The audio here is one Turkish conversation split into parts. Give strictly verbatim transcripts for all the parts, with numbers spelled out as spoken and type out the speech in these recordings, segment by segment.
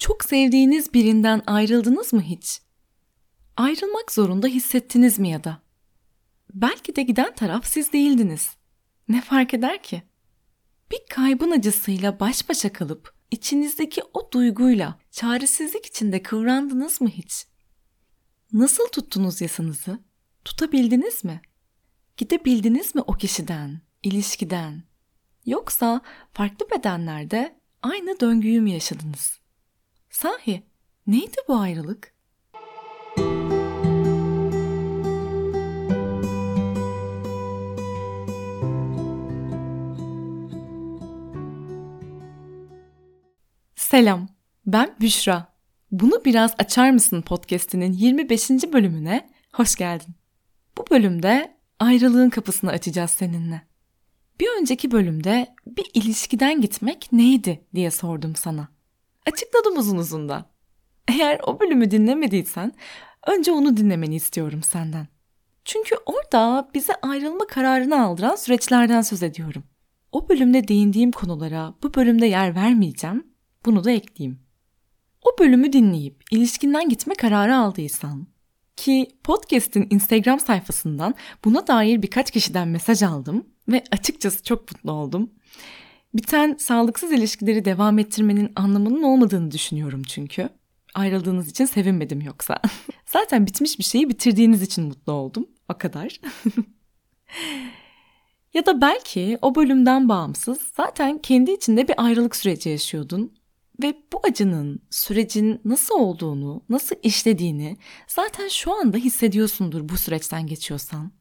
Çok sevdiğiniz birinden ayrıldınız mı hiç? Ayrılmak zorunda hissettiniz mi ya da? Belki de giden taraf siz değildiniz. Ne fark eder ki? Bir kaybın acısıyla baş başa kalıp içinizdeki o duyguyla çaresizlik içinde kıvrandınız mı hiç? Nasıl tuttunuz yasanızı? Tutabildiniz mi? Gidebildiniz mi o kişiden, ilişkiden? Yoksa farklı bedenlerde aynı döngüyü mü yaşadınız? Sahi, neydi bu ayrılık? Selam, ben Büşra. Bunu biraz açar mısın podcast'inin yirmi beşinci bölümüne hoş geldin. Bu bölümde ayrılığın kapısını açacağız seninle. Bir önceki bölümde bir ilişkiden gitmek neydi diye sordum sana. Açıkladım uzun uzun da. Eğer o bölümü dinlemediysen önce onu dinlemeni istiyorum senden. Çünkü orada bize ayrılma kararını aldıran süreçlerden söz ediyorum. O bölümde değindiğim konulara bu bölümde yer vermeyeceğim. Bunu da ekleyeyim. O bölümü dinleyip ilişkinden gitme kararı aldıysan ki podcast'in Instagram sayfasından buna dair birkaç kişiden mesaj aldım ve açıkçası çok mutlu oldum. Biten sağlıksız ilişkileri devam ettirmenin anlamının olmadığını düşünüyorum çünkü. Ayrıldığınız için sevinmedim yoksa. Zaten bitmiş bir şeyi bitirdiğiniz için mutlu oldum. O kadar. Ya da belki o bölümden bağımsız zaten kendi içinde bir ayrılık süreci yaşıyordun. Ve bu acının, sürecin nasıl olduğunu, nasıl işlediğini zaten şu anda hissediyorsundur bu süreçten geçiyorsan.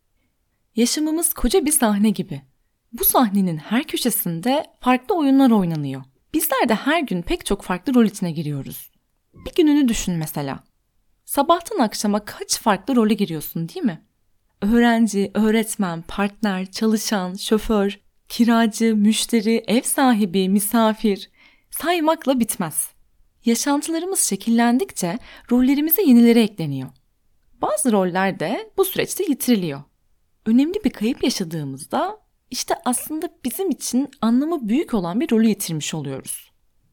Yaşamımız koca bir sahne gibi. Bu sahnenin her köşesinde farklı oyunlar oynanıyor. Bizler de her gün pek çok farklı rol içine giriyoruz. Bir gününü düşün mesela. Sabahtan akşama kaç farklı role giriyorsun değil mi? Öğrenci, öğretmen, partner, çalışan, şoför, kiracı, müşteri, ev sahibi, misafir... Saymakla bitmez. Yaşantılarımız şekillendikçe rollerimize yenileri ekleniyor. Bazı roller de bu süreçte yitiriliyor. Önemli bir kayıp yaşadığımızda işte aslında bizim için anlamı büyük olan bir rolü yitirmiş oluyoruz.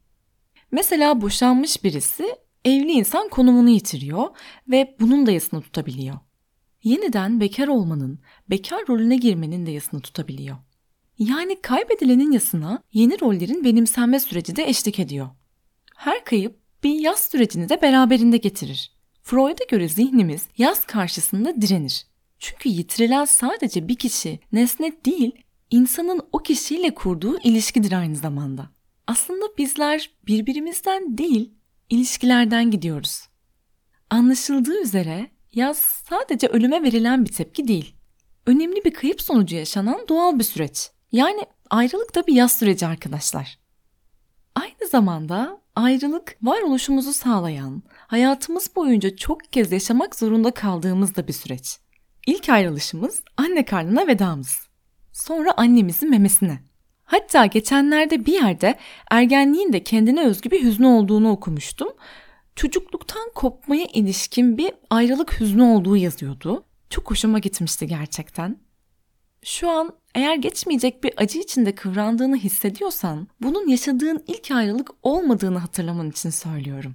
Mesela boşanmış birisi evli insan konumunu yitiriyor ve bunun da yasını tutabiliyor. Yeniden bekar olmanın, bekar rolüne girmenin de yasını tutabiliyor. Yani kaybedilenin yasına yeni rollerin benimsenme süreci de eşlik ediyor. Her kayıp bir yas sürecini de beraberinde getirir. Freud'a göre zihnimiz yas karşısında direnir. Çünkü yitirilen sadece bir kişi, nesne değil, insanın o kişiyle kurduğu ilişkidir aynı zamanda. Aslında bizler birbirimizden değil, ilişkilerden gidiyoruz. Anlaşıldığı üzere yas sadece ölüme verilen bir tepki değil. Önemli bir kayıp sonucu yaşanan doğal bir süreç. Yani ayrılık da bir yas süreci arkadaşlar. Aynı zamanda ayrılık varoluşumuzu sağlayan, hayatımız boyunca çok kez yaşamak zorunda kaldığımız da bir süreç. İlk ayrılışımız anne karnına vedamız. Sonra annemizin memesine. Hatta geçenlerde bir yerde ergenliğin de kendine özgü bir hüznü olduğunu okumuştum. Çocukluktan kopmaya ilişkin bir ayrılık hüznü olduğu yazıyordu. Çok hoşuma gitmişti gerçekten. Şu an eğer geçmeyecek bir acı içinde kıvrandığını hissediyorsan, bunun yaşadığın ilk ayrılık olmadığını hatırlaman için söylüyorum.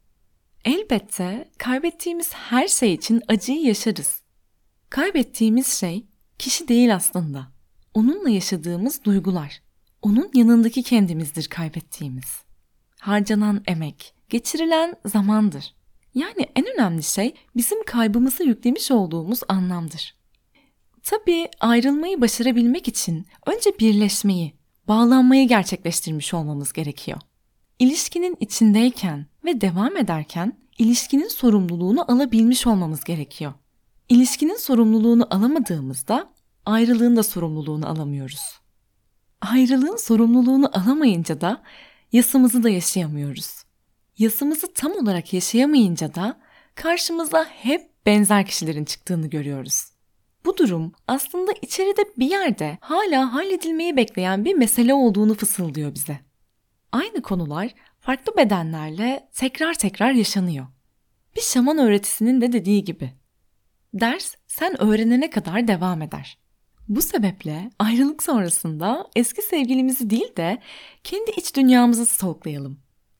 Elbette kaybettiğimiz her şey için acıyı yaşarız. Kaybettiğimiz şey kişi değil aslında. Onunla yaşadığımız duygular. Onun yanındaki kendimizdir kaybettiğimiz. Harcanan emek, geçirilen zamandır. Yani en önemli şey bizim kaybımızı yüklemiş olduğumuz anlamdır. Tabii ayrılmayı başarabilmek için önce birleşmeyi, bağlanmayı gerçekleştirmiş olmamız gerekiyor. İlişkinin içindeyken ve devam ederken ilişkinin sorumluluğunu alabilmiş olmamız gerekiyor. İlişkinin sorumluluğunu alamadığımızda ayrılığın da sorumluluğunu alamıyoruz. Ayrılığın sorumluluğunu alamayınca da yasımızı da yaşayamıyoruz. Yasımızı tam olarak yaşayamayınca da karşımıza hep benzer kişilerin çıktığını görüyoruz. Bu durum aslında içeride bir yerde hala halledilmeyi bekleyen bir mesele olduğunu fısıldıyor bize. Aynı konular farklı bedenlerle tekrar tekrar yaşanıyor. Bir şaman öğretisinin de dediği gibi. Ders sen öğrenene kadar devam eder. Bu sebeple ayrılık sonrasında eski sevgilimizi değil de kendi iç dünyamızı stalklayalım.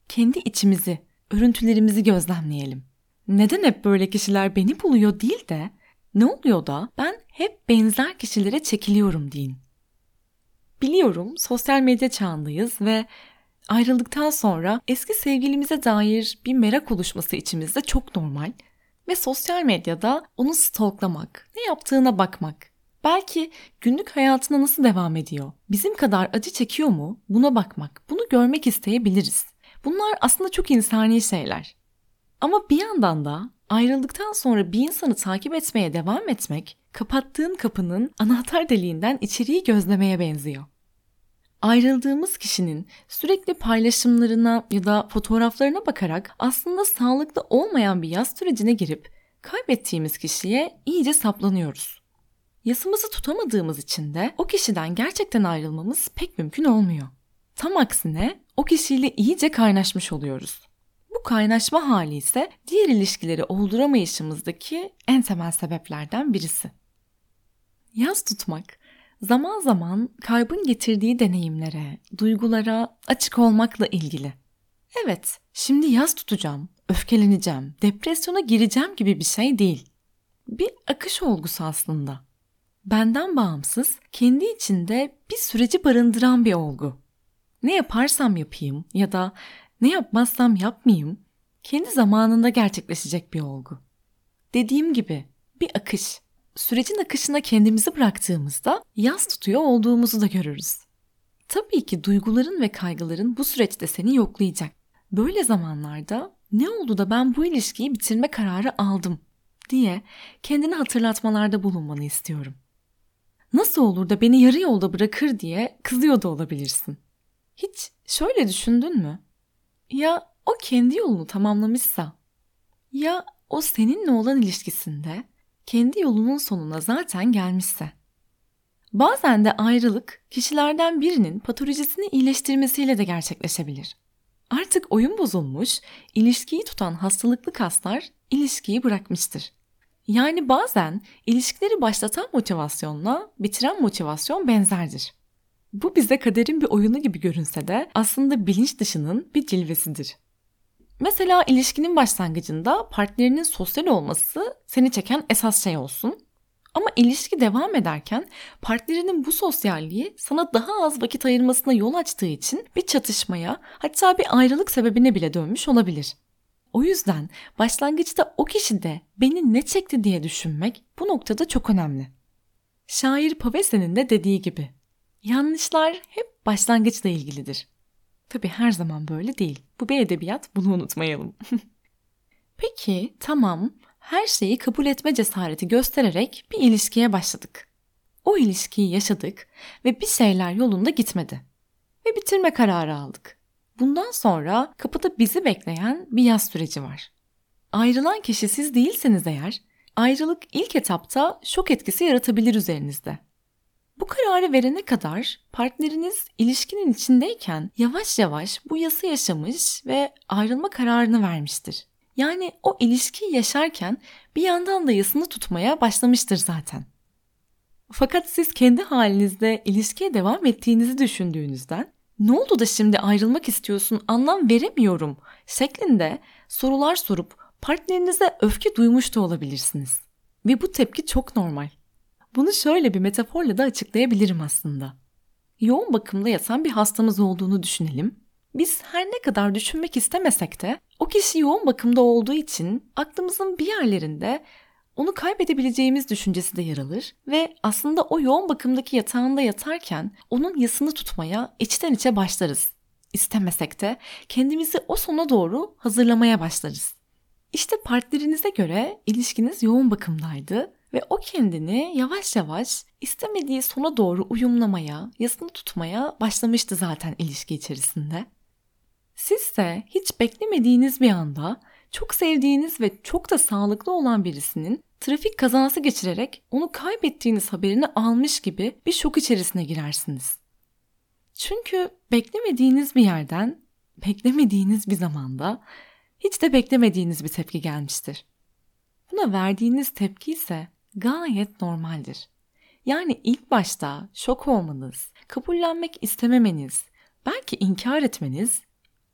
kendi içimizi, örüntülerimizi gözlemleyelim. Neden hep böyle kişiler beni buluyor değil de ne oluyor da ben hep benzer kişilere çekiliyorum deyin. Biliyorum sosyal medya çağındayız ve ayrıldıktan sonra eski sevgilimize dair bir merak oluşması içimizde çok normal ve sosyal medyada onu stalklamak, ne yaptığına bakmak, belki günlük hayatına nasıl devam ediyor, bizim kadar acı çekiyor mu buna bakmak, bunu görmek isteyebiliriz. Bunlar aslında çok insani şeyler. Ama bir yandan da ayrıldıktan sonra bir insanı takip etmeye devam etmek, kapattığın kapının anahtar deliğinden içeriği gözlemeye benziyor. Ayrıldığımız kişinin sürekli paylaşımlarına ya da fotoğraflarına bakarak aslında sağlıklı olmayan bir yaz sürecine girip kaybettiğimiz kişiye iyice saplanıyoruz. Yasımızı tutamadığımız için de o kişiden gerçekten ayrılmamız pek mümkün olmuyor. Tam aksine o kişiyle iyice kaynaşmış oluyoruz. Bu kaynaşma hali ise diğer ilişkileri olduramayışımızdaki en temel sebeplerden birisi. Yas tutmak, zaman zaman kaybın getirdiği deneyimlere, duygulara açık olmakla ilgili. Evet, şimdi yas tutacağım, öfkeleneceğim, depresyona gireceğim gibi bir şey değil. Bir akış olgusu aslında. Benden bağımsız, kendi içinde bir süreci barındıran bir olgu. Ne yaparsam yapayım ya da ne yapmazsam yapmayayım, kendi zamanında gerçekleşecek bir olgu. Dediğim gibi bir akış. Sürecin akışına kendimizi bıraktığımızda yas tutuyor olduğumuzu da görürüz. Tabii ki duyguların ve kaygıların bu süreçte seni yoklayacak. Böyle zamanlarda ne oldu da ben bu ilişkiyi bitirme kararı aldım diye kendine hatırlatmalarda bulunmanı istiyorum. Nasıl olur da beni yarı yolda bırakır diye kızıyor da olabilirsin. Hiç şöyle düşündün mü? Ya o kendi yolunu tamamlamışsa? Ya o seninle olan ilişkisinde kendi yolunun sonuna zaten gelmişse? Bazen de ayrılık kişilerden birinin patolojisini iyileştirmesiyle de gerçekleşebilir. Artık oyun bozulmuş, ilişkiyi tutan hastalıklı kaslar ilişkiyi bırakmıştır. Yani bazen ilişkileri başlatan motivasyonla bitiren motivasyon benzerdir. Bu bize kaderin bir oyunu gibi görünse de aslında bilinç dışının bir cilvesidir. Mesela ilişkinin başlangıcında partnerinin sosyal olması seni çeken esas şey olsun. Ama ilişki devam ederken partnerinin bu sosyalliği sana daha az vakit ayırmasına yol açtığı için bir çatışmaya, hatta bir ayrılık sebebine bile dönmüş olabilir. O yüzden başlangıçta o kişi de beni ne çekti diye düşünmek bu noktada çok önemli. Şair Pavese'nin de dediği gibi, yanlışlar hep başlangıçla ilgilidir. Tabii her zaman böyle değil. Bu bir edebiyat, bunu unutmayalım. Peki, tamam, her şeyi kabul etme cesareti göstererek bir ilişkiye başladık. O ilişkiyi yaşadık ve bir şeyler yolunda gitmedi. Ve bitirme kararı aldık. Bundan sonra kapıda bizi bekleyen bir yaz süreci var. Ayrılan kişi siz değilseniz eğer, ayrılık ilk etapta şok etkisi yaratabilir üzerinizde. Bu kararı verene kadar partneriniz ilişkinin içindeyken yavaş yavaş bu yası yaşamış ve ayrılma kararını vermiştir. Yani o ilişkiyi yaşarken bir yandan da yasını tutmaya başlamıştır zaten. Fakat siz kendi halinizde ilişkiye devam ettiğinizi düşündüğünüzden ne oldu da şimdi ayrılmak istiyorsun, anlam veremiyorum şeklinde sorular sorup partnerinize öfke duymuş da olabilirsiniz. Ve bu tepki çok normal. Bunu şöyle bir metaforla da açıklayabilirim aslında. Yoğun bakımda yatan bir hastamız olduğunu düşünelim. Biz her ne kadar düşünmek istemesek de o kişi yoğun bakımda olduğu için aklımızın bir yerlerinde onu kaybedebileceğimiz düşüncesi de yer alır ve aslında o yoğun bakımdaki yatağında yatarken onun yasını tutmaya içten içe başlarız. İstemesek de kendimizi o sona doğru hazırlamaya başlarız. İşte partnerinize göre ilişkiniz yoğun bakımdaydı ve o kendini yavaş yavaş istemediği sona doğru uyumlamaya, yasını tutmaya başlamıştı zaten ilişki içerisinde. Sizse hiç beklemediğiniz bir anda çok sevdiğiniz ve çok da sağlıklı olan birisinin trafik kazası geçirerek onu kaybettiğiniz haberini almış gibi bir şok içerisine girersiniz. Çünkü beklemediğiniz bir yerden, beklemediğiniz bir zamanda hiç de beklemediğiniz bir tepki gelmiştir. Buna verdiğiniz tepki ise gayet normaldir. Yani ilk başta şok olmanız, kabullenmek istememeniz, belki inkar etmeniz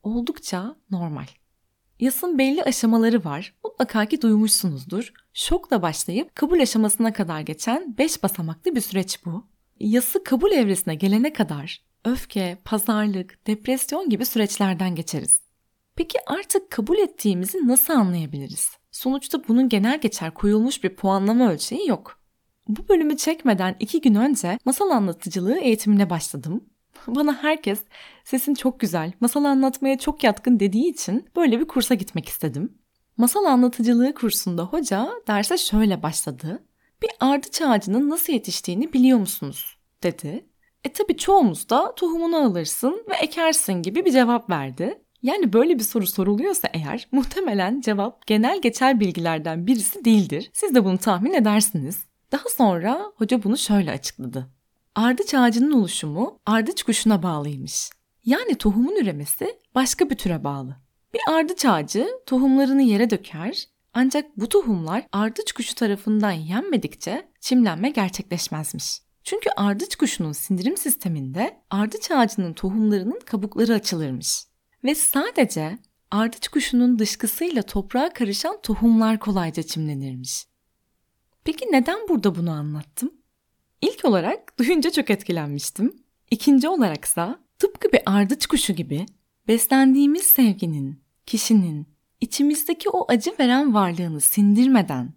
oldukça normal. Yasın belli aşamaları var. Mutlaka ki duymuşsunuzdur. Şokla başlayıp kabul aşamasına kadar geçen beş basamaklı bir süreç bu. Yası kabul evresine gelene kadar öfke, pazarlık, depresyon gibi süreçlerden geçeriz. Peki artık kabul ettiğimizi nasıl anlayabiliriz? Sonuçta bunun genel geçer koyulmuş bir puanlama ölçeği yok. Bu bölümü çekmeden iki gün önce masal anlatıcılığı eğitimine başladım. Bana herkes sesin çok güzel, masal anlatmaya çok yatkın dediği için böyle bir kursa gitmek istedim. Masal anlatıcılığı kursunda hoca derse şöyle başladı. Bir ardıç ağacının nasıl yetiştiğini biliyor musunuz? Dedi. E tabii çoğumuz da tohumunu alırsın ve ekersin gibi bir cevap verdi. Yani böyle bir soru soruluyorsa eğer muhtemelen cevap genel geçer bilgilerden birisi değildir. Siz de bunu tahmin edersiniz. Daha sonra hoca bunu şöyle açıkladı. Ardıç ağacının oluşumu ardıç kuşuna bağlıymış. Yani tohumun üremesi başka bir türe bağlı. Bir ardıç ağacı tohumlarını yere döker ancak bu tohumlar ardıç kuşu tarafından yenmedikçe çimlenme gerçekleşmezmiş. Çünkü ardıç kuşunun sindirim sisteminde ardıç ağacının tohumlarının kabukları açılırmış. Ve sadece ardıç kuşunun dışkısıyla toprağa karışan tohumlar kolayca çimlenirmiş. Peki neden burada bunu anlattım? İlk olarak duyunca çok etkilenmiştim. İkinci olaraksa tıpkı bir ardıç kuşu gibi beslendiğimiz sevginin, kişinin içimizdeki o acı veren varlığını sindirmeden,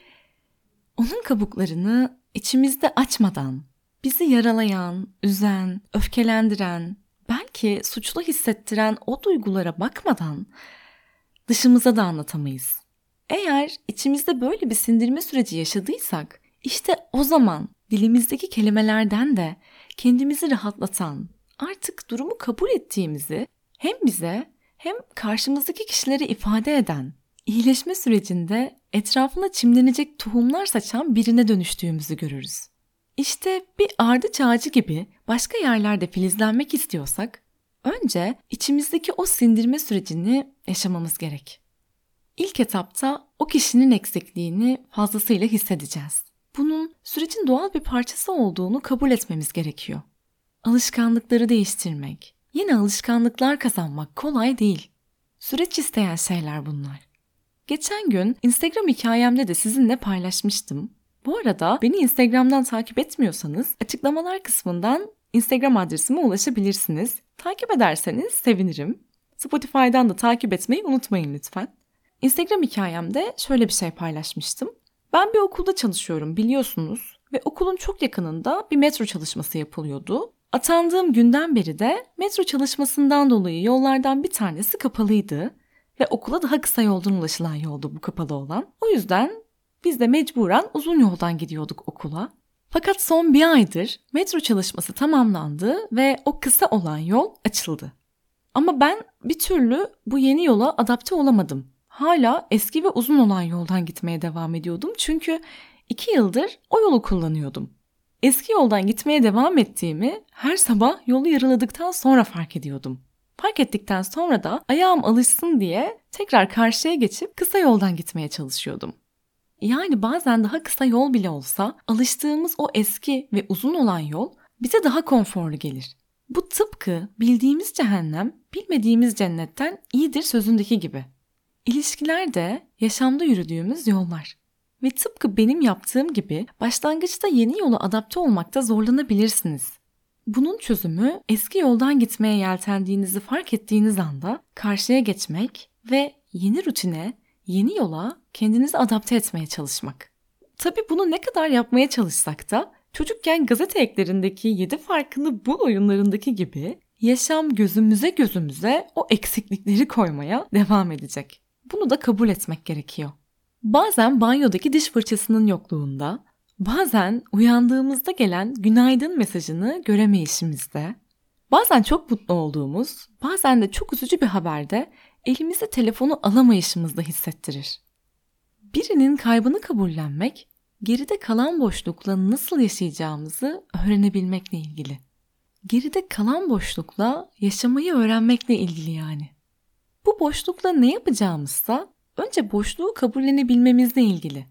onun kabuklarını içimizde açmadan, bizi yaralayan, üzen, öfkelendiren, belki suçlu hissettiren o duygulara bakmadan dışımıza da anlatamayız. Eğer içimizde böyle bir sindirme süreci yaşadıysak, işte o zaman dilimizdeki kelimelerden de kendimizi rahatlatan, artık durumu kabul ettiğimizi hem bize hem karşımızdaki kişilere ifade eden, iyileşme sürecinde etrafına çimlenecek tohumlar saçan birine dönüştüğümüzü görürüz. İşte bir ardıç ağacı gibi başka yerlerde filizlenmek istiyorsak, önce içimizdeki o sindirme sürecini yaşamamız gerek. İlk etapta o kişinin eksikliğini fazlasıyla hissedeceğiz. Bunun sürecin doğal bir parçası olduğunu kabul etmemiz gerekiyor. Alışkanlıkları değiştirmek, yeni alışkanlıklar kazanmak kolay değil. Süreç isteyen şeyler bunlar. Geçen gün Instagram hikayemde de sizinle paylaşmıştım. Bu arada beni Instagram'dan takip etmiyorsanız açıklamalar kısmından Instagram adresime ulaşabilirsiniz. Takip ederseniz sevinirim. Spotify'dan da takip etmeyi unutmayın lütfen. Instagram hikayemde şöyle bir şey paylaşmıştım. Ben bir okulda çalışıyorum biliyorsunuz ve okulun çok yakınında bir metro çalışması yapılıyordu. Atandığım günden beri de metro çalışmasından dolayı yollardan bir tanesi kapalıydı ve okula daha kısa yoldan ulaşılan yoldu bu kapalı olan. O yüzden biz de mecburen uzun yoldan gidiyorduk okula. Fakat son bir aydır metro çalışması tamamlandı ve o kısa olan yol açıldı. Ama ben bir türlü bu yeni yola adapte olamadım. Hala eski ve uzun olan yoldan gitmeye devam ediyordum çünkü iki yıldır o yolu kullanıyordum. Eski yoldan gitmeye devam ettiğimi her sabah yolu yarıladıktan sonra fark ediyordum. Fark ettikten sonra da ayağım alışsın diye tekrar karşıya geçip kısa yoldan gitmeye çalışıyordum. Yani bazen daha kısa yol bile olsa alıştığımız o eski ve uzun olan yol bize daha konforlu gelir. Bu tıpkı bildiğimiz cehennem bilmediğimiz cennetten iyidir sözündeki gibi. İlişkiler de yaşamda yürüdüğümüz yollar. Ve tıpkı benim yaptığım gibi başlangıçta yeni yola adapte olmakta zorlanabilirsiniz. Bunun çözümü eski yoldan gitmeye yeltendiğinizi fark ettiğiniz anda karşıya geçmek ve yeni rutine, yeni yola kendinizi adapte etmeye çalışmak. Tabii bunu ne kadar yapmaya çalışsak da çocukken gazete eklerindeki yedi farkını bul oyunlarındaki gibi yaşam gözümüze gözümüze o eksiklikleri koymaya devam edecek. Bunu da kabul etmek gerekiyor. Bazen banyodaki diş fırçasının yokluğunda, bazen uyandığımızda gelen günaydın mesajını göremeyişimizde, bazen çok mutlu olduğumuz, bazen de çok üzücü bir haberde elimizde telefonu alamayışımızda hissettirir. Birinin kaybını kabullenmek, geride kalan boşlukla nasıl yaşayacağımızı öğrenebilmekle ilgili. Geride kalan boşlukla yaşamayı öğrenmekle ilgili yani. Bu boşlukla ne yapacağımızsa önce boşluğu kabullenebilmemizle ilgili.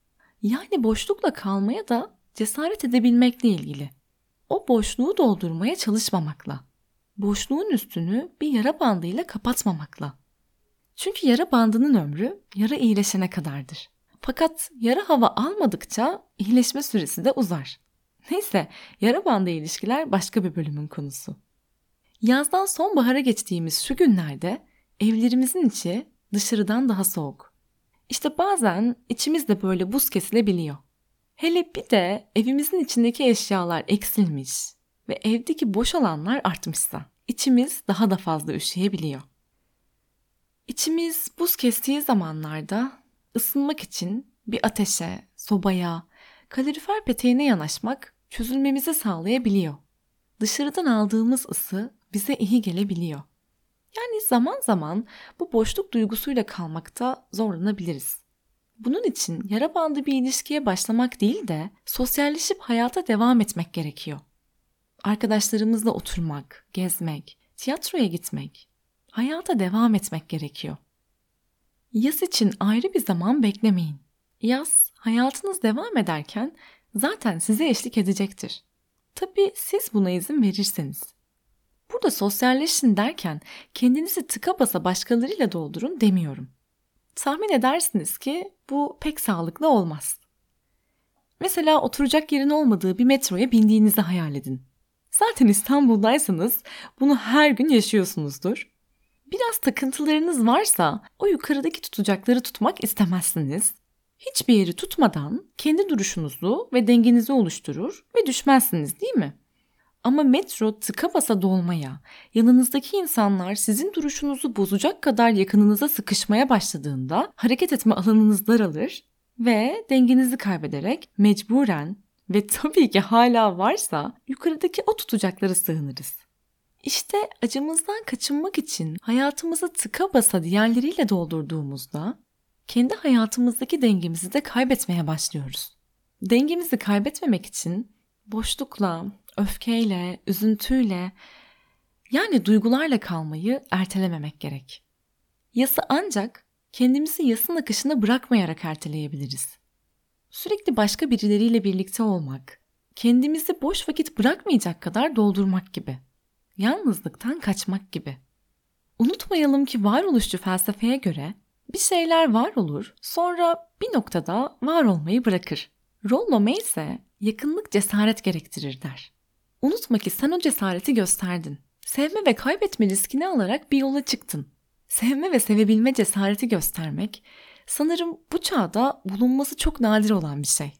Yani boşlukla kalmaya da cesaret edebilmekle ilgili. O boşluğu doldurmaya çalışmamakla. boşluğun üstünü bir yara bandıyla kapatmamakla. Çünkü yara bandının ömrü yara iyileşene kadardır. Fakat yara hava almadıkça iyileşme süresi de uzar. Neyse, yara bandı ilişkiler başka bir bölümün konusu. Yazdan sonbahara geçtiğimiz şu günlerde evlerimizin içi dışarıdan daha soğuk. İşte bazen içimiz de böyle buz kesilebiliyor. Hele bir de evimizin içindeki eşyalar eksilmiş ve evdeki boş alanlar artmışsa içimiz daha da fazla üşüyebiliyor. İçimiz buz kestiği zamanlarda ısınmak için bir ateşe, sobaya, kalorifer peteğine yanaşmak çözülmemizi sağlayabiliyor. Dışarıdan aldığımız ısı bize iyi gelebiliyor. Yani zaman zaman bu boşluk duygusuyla kalmakta zorlanabiliriz. Bunun için yara bandı bir ilişkiye başlamak değil de sosyalleşip hayata devam etmek gerekiyor. Arkadaşlarımızla oturmak, gezmek, tiyatroya gitmek, hayata devam etmek gerekiyor. Yaz için ayrı bir zaman beklemeyin. Yaz hayatınız devam ederken zaten size eşlik edecektir. Tabii siz buna izin verirseniz. Burada sosyalleşin derken kendinizi tıka basa başkalarıyla doldurun demiyorum. Tahmin edersiniz ki bu pek sağlıklı olmaz. Mesela oturacak yerin olmadığı bir metroya bindiğinizi hayal edin. Zaten İstanbul'daysanız bunu her gün yaşıyorsunuzdur. Biraz takıntılarınız varsa o yukarıdaki tutacakları tutmak istemezsiniz. Hiçbir yeri tutmadan kendi duruşunuzu ve dengenizi oluşturur ve düşmezsiniz, değil mi? Ama metro tıka basa dolmaya, yanınızdaki insanlar sizin duruşunuzu bozacak kadar yakınınıza sıkışmaya başladığında hareket etme alanınız daralır ve dengenizi kaybederek mecburen ve tabii ki hala varsa yukarıdaki o tutacaklara sığınırız. İşte acımızdan kaçınmak için hayatımızı tıka basa diğerleriyle doldurduğumuzda kendi hayatımızdaki dengemizi de kaybetmeye başlıyoruz. Dengemizi kaybetmemek için boşlukla, öfkeyle, üzüntüyle yani duygularla kalmayı ertelememek gerek. Yası ancak kendimizi yasın akışına bırakmayarak erteleyebiliriz. Sürekli başka birileriyle birlikte olmak, kendimizi boş vakit bırakmayacak kadar doldurmak gibi. Yalnızlıktan kaçmak gibi. Unutmayalım ki varoluşçu felsefeye göre bir şeyler var olur, sonra bir noktada var olmayı bırakır. Rollo May ise yakınlık cesaret gerektirir der. Unutma ki sen o cesareti gösterdin. Sevme ve kaybetme riskini alarak bir yola çıktın. Sevme ve sevebilme cesareti göstermek sanırım bu çağda bulunması çok nadir olan bir şey.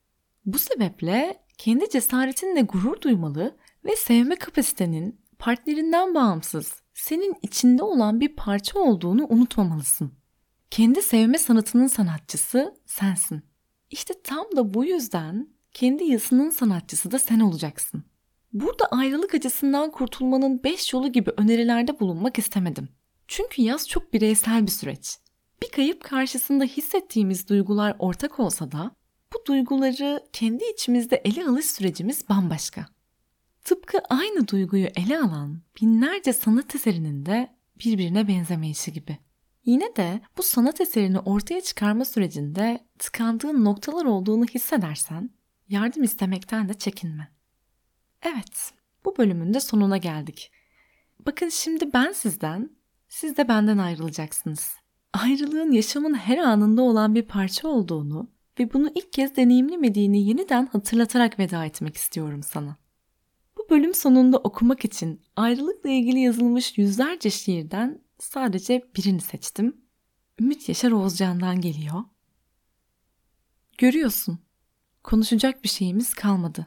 Bu sebeple kendi cesaretinle gurur duymalı ve sevme kapasitenin partnerinden bağımsız senin içinde olan bir parça olduğunu unutmamalısın. Kendi sevme sanatının sanatçısı sensin. İşte tam da bu yüzden kendi yasının sanatçısı da sen olacaksın. Burada ayrılık acısından kurtulmanın beş yolu gibi önerilerde bulunmak istemedim. Çünkü yaz çok bireysel bir süreç. Bir kayıp karşısında hissettiğimiz duygular ortak olsa da bu duyguları kendi içimizde ele alış sürecimiz bambaşka. Tıpkı aynı duyguyu ele alan binlerce sanat eserinin de birbirine benzemeyişi gibi. Yine de bu sanat eserini ortaya çıkarma sürecinde tıkandığın noktalar olduğunu hissedersen yardım istemekten de çekinme. Evet, bu bölümün de sonuna geldik. Bakın şimdi ben sizden, siz de benden ayrılacaksınız. Ayrılığın yaşamın her anında olan bir parça olduğunu ve bunu ilk kez deneyimlemediğini yeniden hatırlatarak veda etmek istiyorum sana. Bu bölüm sonunda okumak için ayrılıkla ilgili yazılmış yüzlerce şiirden sadece birini seçtim. Ümit Yaşar Oğuzcan'dan geliyor. Görüyorsun, konuşacak bir şeyimiz kalmadı.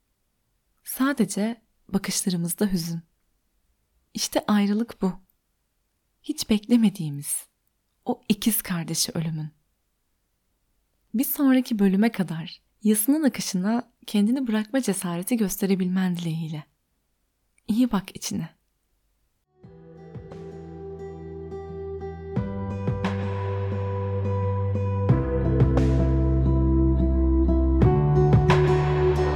Sadece bakışlarımızda hüzün. İşte ayrılık bu. Hiç beklemediğimiz o ikiz kardeşi ölümün. Bir sonraki bölüme kadar yasının akışına kendini bırakma cesareti gösterebilmen dileğiyle. İyi bak içine.